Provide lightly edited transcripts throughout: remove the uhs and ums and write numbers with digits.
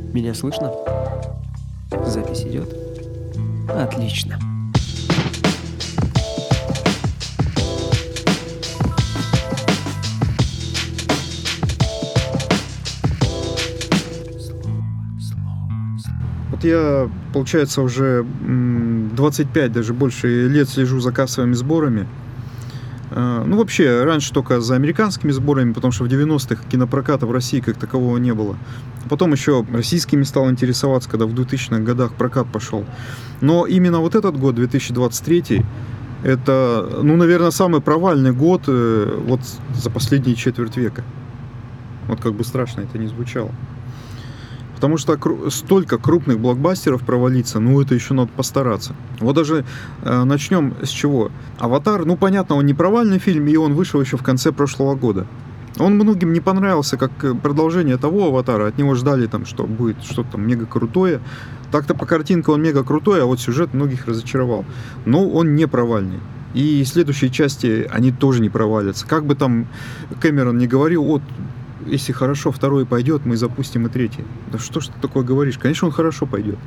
Меня слышно? Запись идет? Отлично. Вот я, получается, уже 25, даже больше лет слежу за кассовыми сборами. Ну, вообще, раньше только за американскими сборами, потому что в 90-х кинопроката в России как такового не было. Потом еще российскими стал интересоваться, когда в 2000-х годах прокат пошел. Но именно вот этот год, 2023, это, ну, наверное, самый провальный год вот за последние четверть века. Вот как бы страшно это ни звучало. Потому что столько крупных блокбастеров провалиться, ну это еще надо постараться. Вот даже начнем с чего. «Аватар», ну понятно, он не провальный фильм, и он вышел еще в конце прошлого года. Он многим не понравился как продолжение того «Аватара». От него ждали, там, что будет что-то там мега крутое. Так-то по картинке он мега крутой, а вот сюжет многих разочаровал. Но он не провальный. И следующие части, они тоже не провалятся. Как бы там Кэмерон не говорил, вот, если хорошо второй пойдет, мы запустим и третий. Да что ж ты такое говоришь? Конечно, он хорошо пойдет.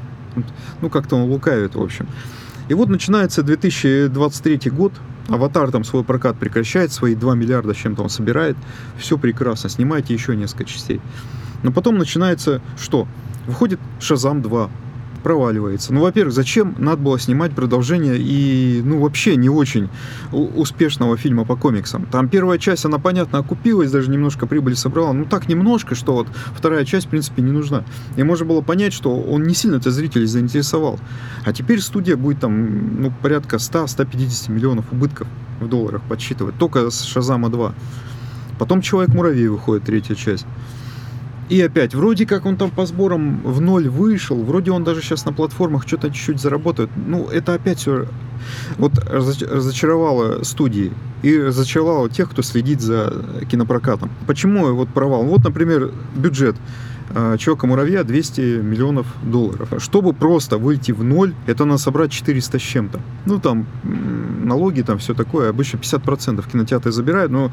Ну, как-то он лукавит, в общем. И вот начинается 2023 год. «Аватар» там свой прокат прекращает, свои 2 миллиарда с чем-то он собирает. Все прекрасно, снимайте еще несколько частей. Но потом начинается что? Выходит «Шазам 2». Проваливается. Ну, во-первых, зачем надо было снимать продолжение и, ну, вообще не очень успешного фильма по комиксам. Там первая часть, она, понятно, окупилась, даже немножко прибыли собрала. Ну, так немножко, что вот вторая часть, в принципе, не нужна. И можно было понять, что он не сильно-то зрителей заинтересовал. А теперь студия будет там, ну, порядка 100-150 миллионов убытков в долларах подсчитывать. Только с «Шазама 2». Потом «Человек-муравей» выходит, третья часть. И опять, вроде как он там по сборам в ноль вышел, вроде он даже сейчас на платформах что-то чуть-чуть заработает. Ну, это опять все вот разочаровало студии и разочаровало тех, кто следит за кинопрокатом. Почему вот провал? Вот, например, бюджет «Человека-муравья» 200 миллионов долларов. Чтобы просто выйти в ноль, это надо собрать 400 с чем-то. Ну, там налоги, там все такое. Обычно 50% кинотеатры забирают, но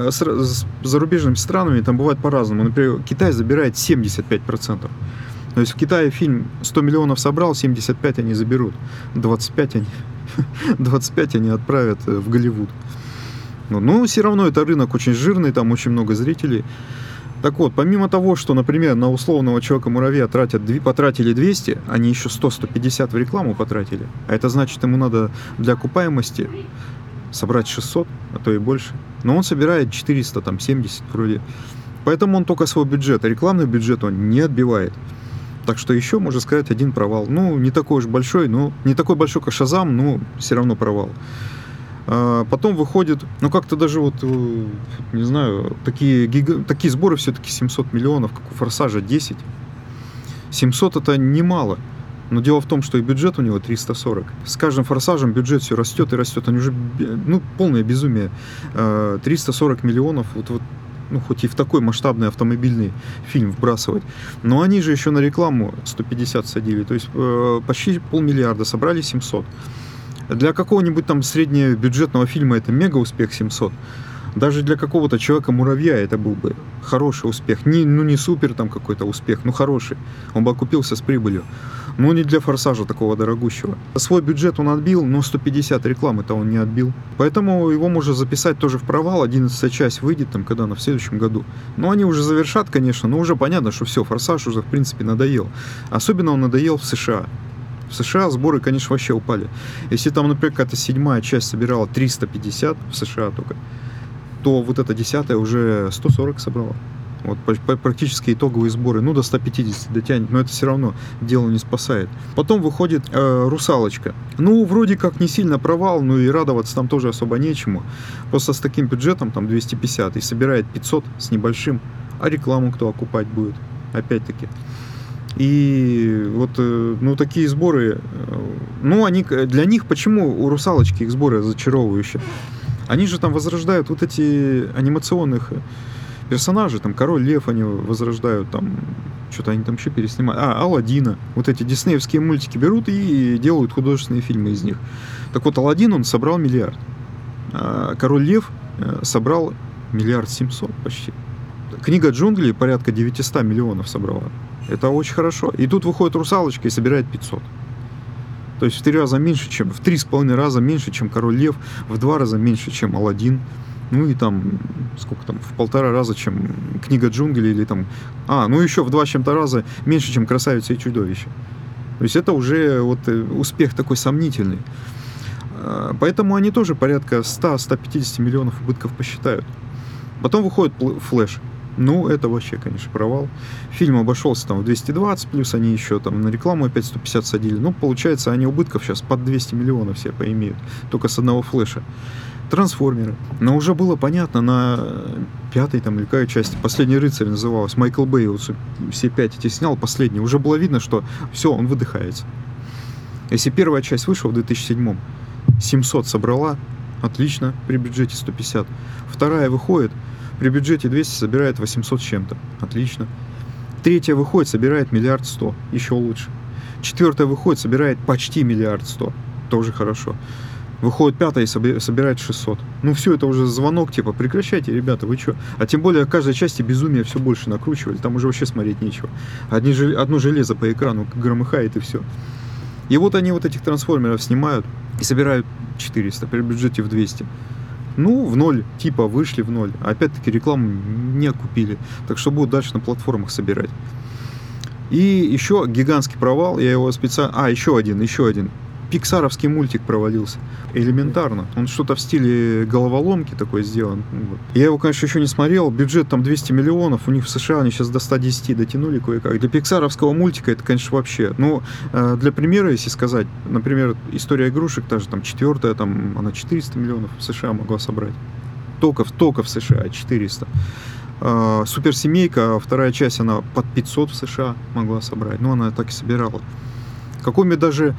с зарубежными странами там бывает по-разному. Например, Китай забирает 75%. То есть в Китае фильм 100 миллионов собрал, 75 они заберут. 25 они отправят в Голливуд. Но все равно это рынок очень жирный, там очень много зрителей. Так вот, помимо того, что, например, на условного Человека-муравья потратили 200, они еще 100-150 в рекламу потратили. А это значит, ему надо для окупаемости собрать 600, а то и больше. Но он собирает 470 вроде. Поэтому он только свой бюджет, а рекламный бюджет он не отбивает. Так что еще, можно сказать, один провал. Ну, не такой уж большой, но не такой большой, как «Шазам», но все равно провал. Потом выходит, ну как-то даже вот, не знаю, такие сборы все-таки 700 миллионов, как у «Форсажа» 10. 700 это немало. Но дело в том, что и бюджет у него 340. С каждым «Форсажем» бюджет все растет и растет. Они уже, ну, полное безумие. 340 миллионов, вот, ну, хоть и в такой масштабный автомобильный фильм вбрасывать. Но они же еще на рекламу 150 садили. То есть почти полмиллиарда, собрали 700. Для какого-нибудь там среднебюджетного фильма это мега успех 700. Даже для какого-то «Человека-муравья» это был бы хороший успех. Не супер там какой-то успех, но хороший. Он бы окупился с прибылью. Но не для «Форсажа» такого дорогущего. Свой бюджет он отбил, но 150 рекламы-то он не отбил. Поэтому его можно записать тоже в провал. 11-я часть выйдет там, когда в следующем году. Но они уже завершат, конечно, но уже понятно, что все, «Форсаж» уже в принципе надоел. Особенно он надоел в США. В США сборы, конечно, вообще упали. Если там, например, какая-то 7-я часть собирала 350 в США только, то вот эта 10-я уже 140 собрала. Вот практически итоговые сборы, ну, до 150 дотянет, но это все равно дело не спасает. Потом выходит «Русалочка». Ну, вроде как не сильно провал, но и радоваться там тоже особо нечему. Просто с таким бюджетом, там, 250, и собирает 500 с небольшим, а рекламу кто окупать будет? Опять-таки. И вот, ну, такие сборы, ну, они, для них, почему у «Русалочки» их сборы разочаровывающие? Они же там возрождают вот эти анимационных персонажей, там «Король Лев» они возрождают, там, что-то они там еще переснимают, «Аладдина». Вот эти диснеевские мультики берут и делают художественные фильмы из них. Так вот, «Аладдин», он собрал миллиард, а «Король Лев» собрал 1 700 000 почти. Книга джунглей порядка 900 миллионов собрала. Это очень хорошо. И тут выходит «Русалочка» и собирает 500. То есть в 3 раза меньше, чем... В 3,5 раза меньше, чем «Король Лев», в 2 раза меньше, чем «Аладдин». Ну и там, сколько там, в 1,5 раза, чем «Книга джунглей», или там... ну еще в 2 с чем-то раза меньше, чем «Красавица и чудовище». То есть это уже вот успех такой сомнительный. Поэтому они тоже порядка 100-150 миллионов убытков посчитают. Потом выходит «Флэш». Ну, это вообще, конечно, провал. Фильм обошелся там в 220, плюс они еще там на рекламу опять 150 садили. Ну, получается, они убытков сейчас под 200 миллионов все поимеют. Только с одного «Флэша». «Трансформеры». Но уже было понятно на 5-й там или какой части, «Последний рыцарь» называлась, Майкл Бэй вот все 5 эти снял, последний. Уже было видно, что все, он выдыхается. Если первая часть вышла в 2007-м, 700 собрала, отлично, при бюджете 150. Вторая выходит, при бюджете 200 собирает 800 с чем-то, отлично. Третья выходит, собирает 1 100 000 000, еще лучше. Четвертая выходит, собирает почти 1 100 000 000, тоже хорошо. Выходит 5-я и собирает 600. Ну все, это уже звонок, типа, прекращайте, ребята, вы что? А тем более в каждой части безумие все больше накручивали, там уже вообще смотреть нечего. Одно железо по экрану громыхает и все. И вот они вот этих трансформеров снимают и собирают 400 при бюджете в 200. Ну, в ноль, типа, вышли в ноль. А опять-таки рекламу не окупили. Так что будут дальше на платформах собирать. И еще гигантский провал, я его специально... еще один. Пиксаровский мультик провалился. Элементарно. Он что-то в стиле головоломки такой сделан. Я его, конечно, еще не смотрел. Бюджет там 200 миллионов. У них в США они сейчас до 110 дотянули кое-как. Для пиксаровского мультика это, конечно, вообще. Ну, для примера, если сказать, например, «История игрушек», та же там 4-я, там она 400 миллионов в США могла собрать. Только в США 400. «Суперсемейка», 2-я часть, она под 500 в США могла собрать. Ну, она так и собирала. Какой-нибудь даже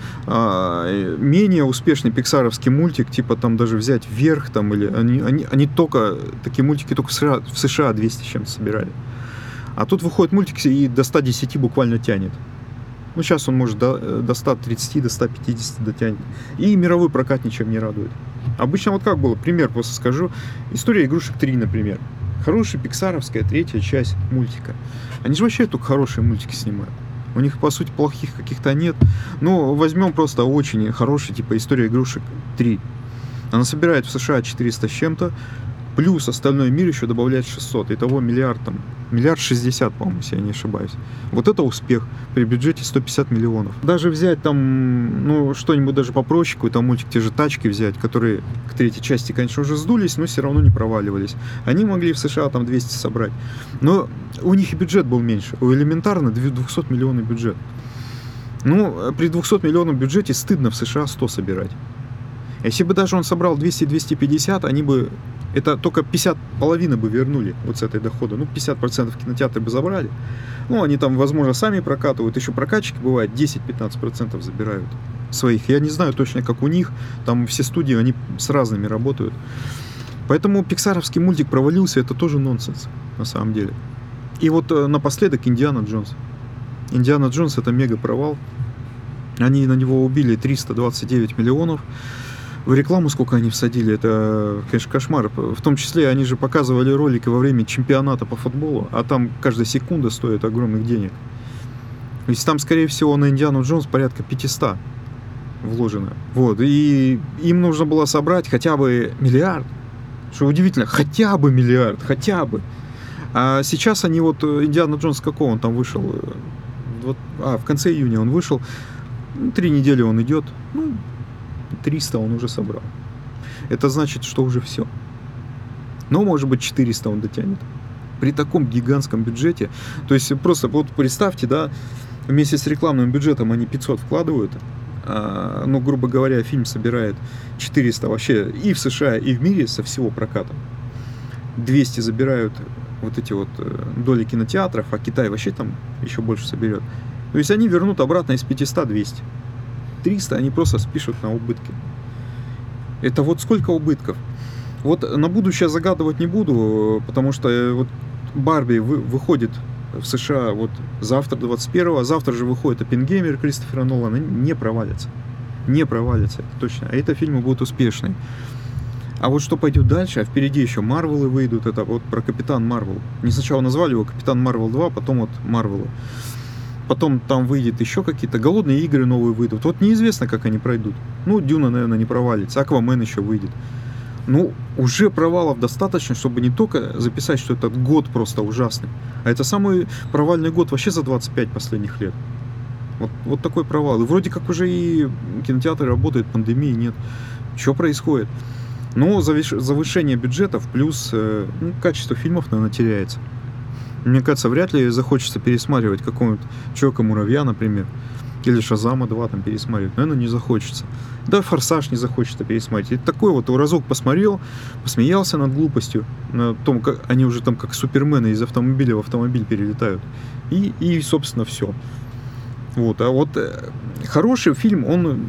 менее успешный пиксаровский мультик, типа там даже взять «Вверх», там, или они только, такие мультики только в США 200 с чем-то собирали. А тут выходит мультик и до 110 буквально тянет. Ну, сейчас он может до 130, до 150 дотянет. И мировой прокат ничем не радует. Обычно вот как было, пример просто скажу. «История игрушек 3», например. Хорошая пиксаровская 3-я часть мультика. Они же вообще только хорошие мультики снимают. У них, по сути, плохих каких-то нет. Ну, возьмем просто очень хороший, типа «История игрушек 3». Она собирает в США 400 с чем-то, плюс остальной мир еще добавляет 600. Итого миллиард, там, 1 060 000 000, по-моему, если я не ошибаюсь. Вот это успех при бюджете 150 миллионов. Даже взять там, ну, что-нибудь даже попроще, какой-то мультик, те же «Тачки» взять, которые к 3-й части, конечно, уже сдулись, но все равно не проваливались. Они могли в США там 200 собрать. Но у них и бюджет был меньше. У «Элементарно» 200 миллионов бюджет. Ну, при 200 миллионов бюджете стыдно в США 100 собирать. Если бы даже он собрал 200-250, они бы... Это только 50, половины бы вернули вот с этой дохода. Ну, 50% кинотеатры бы забрали. Ну, они там, возможно, сами прокатывают. Еще прокатчики, бывает, 10-15% забирают своих. Я не знаю точно, как у них. Там все студии, они с разными работают. Поэтому пиксаровский мультик провалился. Это тоже нонсенс, на самом деле. И вот напоследок «Индиана Джонс». «Индиана Джонс» — это мега провал. Они на него убили 329 миллионов. В рекламу сколько они всадили, это, конечно, кошмар. В том числе они же показывали ролики во время чемпионата по футболу, а там каждая секунда стоит огромных денег. То есть там, скорее всего, на «Индиану Джонс» порядка 500 вложено. Вот. И им нужно было собрать хотя бы миллиард. Что удивительно, хотя бы миллиард, хотя бы. А сейчас они вот, «Индиана Джонс» какого он там вышел? В конце июня он вышел. 3 недели он идет. 300 он уже собрал. Это значит, что уже все. Но, может быть, 400 он дотянет. При таком гигантском бюджете. То есть, просто вот представьте, да, вместе с рекламным бюджетом они 500 вкладывают. Ну, грубо говоря, фильм собирает 400 вообще и в США, и в мире со всего проката. 200 забирают вот эти вот доли кинотеатров, а Китай вообще там еще больше соберет. То есть они вернут обратно из 500 200. 300 они просто спишут на убытки. Это вот сколько убытков. Вот на будущее загадывать не буду, потому что вот «Барби» выходит в США вот завтра, 21-го, завтра же выходит «Оппенгеймер» Кристофера Нолана, не провалится. Не провалится, это точно. А это фильмы будут успешные. А вот что пойдет дальше, а впереди еще Марвелы выйдут, это вот про Капитан Марвел. Не сначала назвали его Капитан Марвел 2, потом вот Марвелы. Потом там выйдет еще какие-то голодные игры новые выйдут. Вот неизвестно, как они пройдут. Ну, Дюна, наверное, не провалится. Аквамен еще выйдет. Ну, уже провалов достаточно, чтобы не только записать, что этот год просто ужасный, а это самый провальный год вообще за 25 последних лет. Вот такой провал. И вроде как уже и кинотеатры работают, пандемии нет. Что происходит? Но завышение бюджетов плюс качество фильмов, наверное, теряется. Мне кажется, вряд ли захочется пересматривать какого-нибудь Человека-муравья, например, или Шазама 2 там пересматривать. Наверное, не захочется. Да, Форсаж не захочется пересматривать. Это такой вот разок посмотрел, посмеялся над глупостью, на том, как они уже там как супермены из автомобиля в автомобиль перелетают. И собственно, все. Вот. А вот хороший фильм,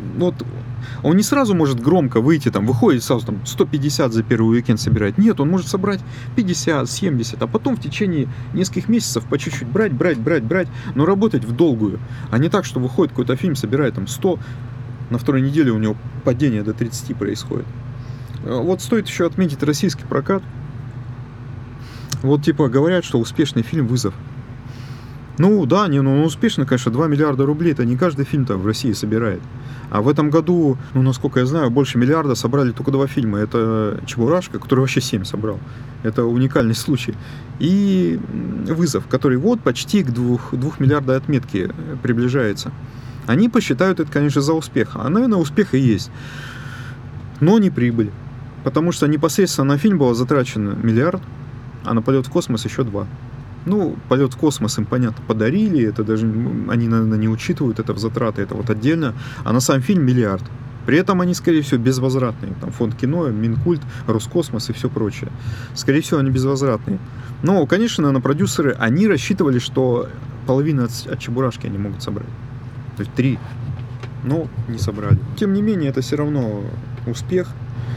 он не сразу может громко выйти, там, выходит сразу там 150 за первый уикенд собирать. Нет, он может собрать 50, 70, а потом в течение нескольких месяцев по чуть-чуть брать, но работать в долгую. А не так, что выходит какой-то фильм, собирает там 100, на второй неделе у него падение до 30 происходит. Вот стоит еще отметить российский прокат. Вот типа говорят, что успешный фильм «Вызов». Ну да, он успешно, конечно, 2 миллиарда рублей, это не каждый фильм-то в России собирает. А в этом году, насколько я знаю, больше миллиарда собрали только 2 фильма. Это «Чебурашка», который вообще 7 собрал. Это уникальный случай. И «Вызов», который вот почти к 2 миллиарда отметки приближается. Они посчитают это, конечно, за успех. А, наверное, успех и есть. Но не прибыль. Потому что непосредственно на фильм было затрачено миллиард, а на полет в космос еще 2. Ну, полет в космос им, понятно, подарили, это даже они, наверное, не учитывают это в затраты, это вот отдельно, а на сам фильм миллиард. При этом они, скорее всего, безвозвратные. Там фонд кино, Минкульт, Роскосмос и все прочее. Скорее всего, они безвозвратные. Но, конечно, наверное, продюсеры, они рассчитывали, что половину от Чебурашки они могут собрать. То есть 3. Но не собрали. Тем не менее, это все равно успех.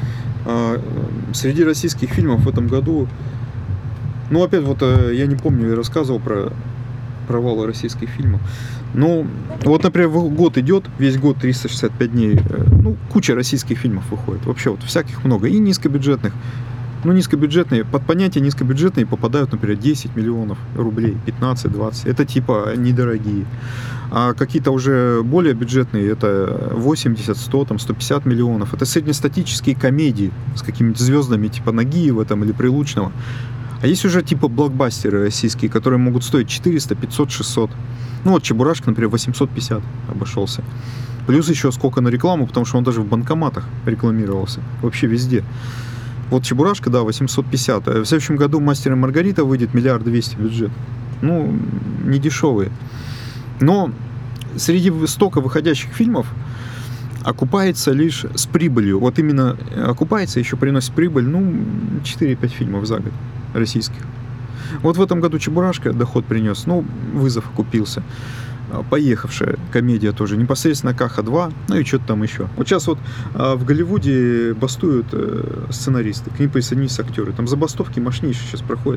Среди российских фильмов в этом году, опять вот я не помню, я рассказывал про провалы российских фильмов. Ну, вот, например, год идет, весь год 365 дней, куча российских фильмов выходит. Вообще вот всяких много. И низкобюджетных. Низкобюджетные, под понятие низкобюджетные попадают, например, 10 миллионов рублей, 15-20. Это типа недорогие. А какие-то уже более бюджетные, это 80, 100, 150 миллионов. Это среднестатические комедии с какими-то звездами типа Нагиева там, или Прилучного. А есть уже типа блокбастеры российские, которые могут стоить 400, 500, 600. Вот «Чебурашка», например, 850 обошелся. Плюс еще сколько на рекламу, потому что он даже в банкоматах рекламировался. Вообще везде. Вот «Чебурашка», да, 850. В следующем году «Мастер и Маргарита» выйдет 1 200 000 бюджет. Не дешевые. Но среди стока выходящих фильмов окупается лишь с прибылью. Вот именно окупается, еще приносит прибыль, 4-5 фильмов за год российских. Вот в этом году «Чебурашка» доход принес, «Вызов» окупился. Поехавшая комедия тоже, непосредственно «Каха-2», и что-то там еще. Вот сейчас вот в Голливуде бастуют сценаристы, к ним присоединились актеры. Там забастовки мощнейшие сейчас проходят.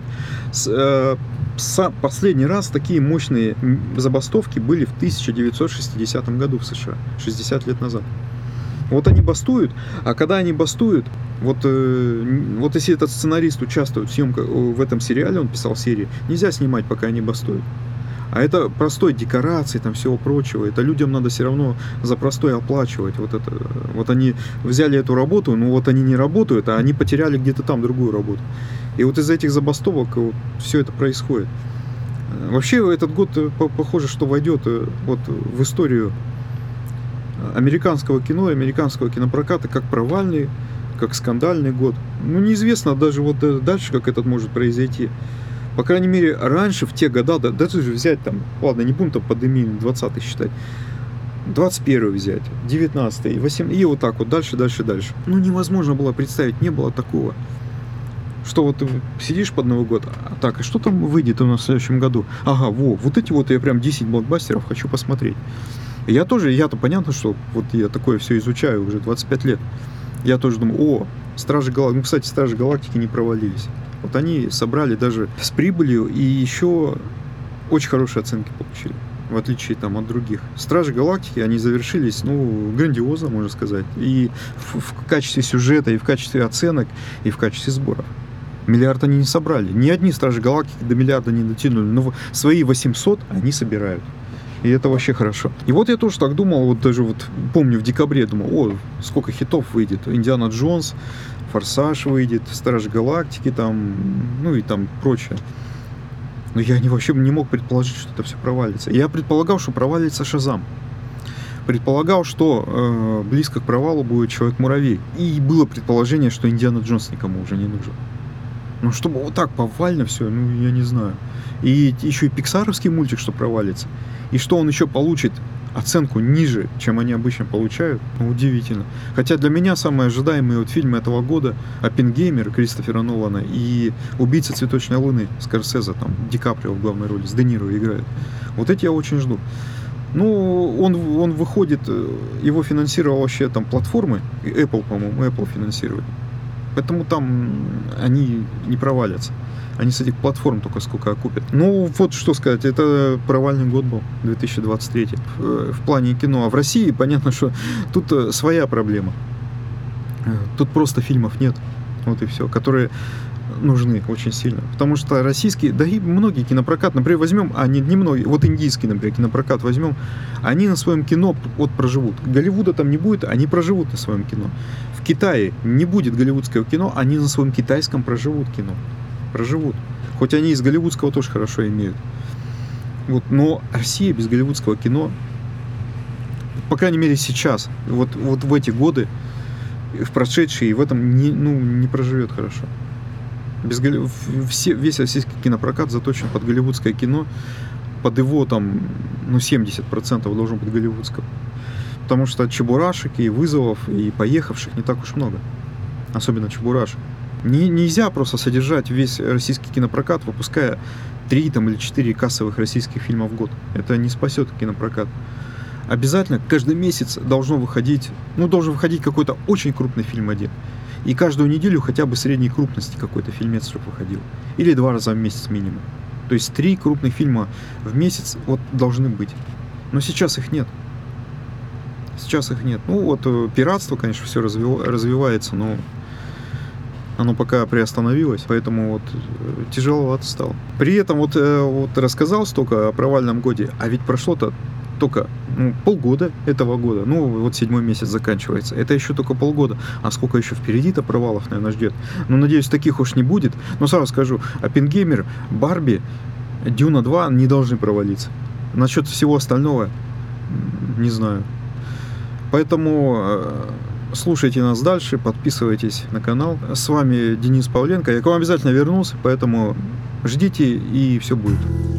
Последний раз такие мощные забастовки были в 1960 году в США, 60 лет назад. Вот они бастуют, а когда они бастуют, вот если этот сценарист участвует в съемках в этом сериале, он писал серии, нельзя снимать, пока они бастуют. А это простой декорации, там всего прочего. Это людям надо все равно за простое оплачивать. Вот они взяли эту работу, они не работают, а они потеряли где-то там другую работу. И вот из-за этих забастовок все это происходит. Вообще этот год, похоже, что войдет в историю американского кино, американского кинопроката как провальный, как скандальный год. Неизвестно даже дальше, как это может произойти. По крайней мере, раньше, в те года, даже взять там, ладно, не будем там пандемию 20-й считать, 21-й взять, 19-й, 18-й, и вот так вот дальше. Невозможно было представить, не было такого, что вот ты сидишь под Новый год, а что там выйдет у нас в следующем году? Ага, вот эти я прям 10 блокбастеров хочу посмотреть. Я-то понятно, что вот я такое все изучаю уже 25 лет. Я тоже думаю, Стражи Галактики, кстати, Стражи Галактики не провалились. Вот они собрали даже с прибылью и еще очень хорошие оценки получили. в отличие там от других. Стражи Галактики, они завершились, ну, грандиозно, можно сказать. И в качестве сюжета, и в качестве оценок, и в качестве сборов. Миллиард они не собрали. Ни одни Стражи Галактики до миллиарда не дотянули. Но свои 800 они собирают. И это вообще хорошо. И вот я тоже так думал, вот даже вот помню в декабре, думал, о, сколько хитов выйдет. Индиана Джонс, Форсаж выйдет, Стражи Галактики там, ну и там прочее. Но я вообще не мог предположить, что это все провалится. Я предполагал, что провалится Шазам. Предполагал, что близко к провалу будет Человек-муравей. И было предположение, что Индиана Джонс никому уже не нужен. Ну, чтобы вот так повально все, ну, я не знаю. И еще и пиксаровский мультик, что провалится. И что он еще получит оценку ниже, чем они обычно получают, ну, удивительно. Хотя для меня самые ожидаемые вот фильмы этого года «Оппенгеймер» Кристофера Нолана и «Убийца цветочной луны» Скорсезе, там Ди Каприо в главной роли, с Де Ниро играет. Вот эти я очень жду. Ну, он выходит, его финансировал вообще там платформы, Apple, по-моему, Apple финансирует. Поэтому там они не провалятся. Они с этих платформ только сколько окупят. Ну, вот что сказать, это провальный год был, 2023, в плане кино. А в России, понятно, что тут своя проблема. Тут просто фильмов нет, вот и все, которые нужны очень сильно. Потому что российские, да и многие кинопрокат, например, возьмем, не многие, вот индийский, например, кинопрокат возьмем, они на своем кино вот проживут. Голливуда там не будет, они проживут на своем кино. В Китае не будет голливудского кино, они на своем китайском проживут кино. Проживут. Хоть они из голливудского тоже хорошо имеют. Вот, но Россия без голливудского кино, по крайней мере сейчас, вот в эти годы, в прошедшие, в этом не проживет хорошо. Весь российский кинопрокат заточен под голливудское кино, под его там, 70% должен быть голливудского. Потому что чебурашек и вызовов, и поехавших не так уж много. Особенно чебурашек. Нельзя просто содержать весь российский кинопрокат, выпуская 3 там, или 4 кассовых российских фильма в год. Это не спасет кинопрокат. Обязательно каждый месяц должен выходить какой-то очень крупный фильм один. И каждую неделю хотя бы средней крупности какой-то фильмец, чтобы выходил. Или 2 раза в месяц минимум. То есть 3 крупных фильма в месяц вот должны быть. Но сейчас их нет. Ну вот пиратство, конечно, все развивается, но оно пока приостановилось, поэтому вот тяжеловато стало. При этом вот рассказал столько о провальном годе, а ведь прошло-то только полгода этого года. Ну, вот 7-й месяц заканчивается. Это еще только полгода. А сколько еще впереди-то провалов, наверное, ждет. Ну, надеюсь, таких уж не будет. Но сразу скажу, «Оппенгеймер», «Барби», «Дюна 2» не должны провалиться. Насчет всего остального не знаю. Поэтому слушайте нас дальше, подписывайтесь на канал. С вами Денис Павленко. Я к вам обязательно вернусь, поэтому ждите, и все будет.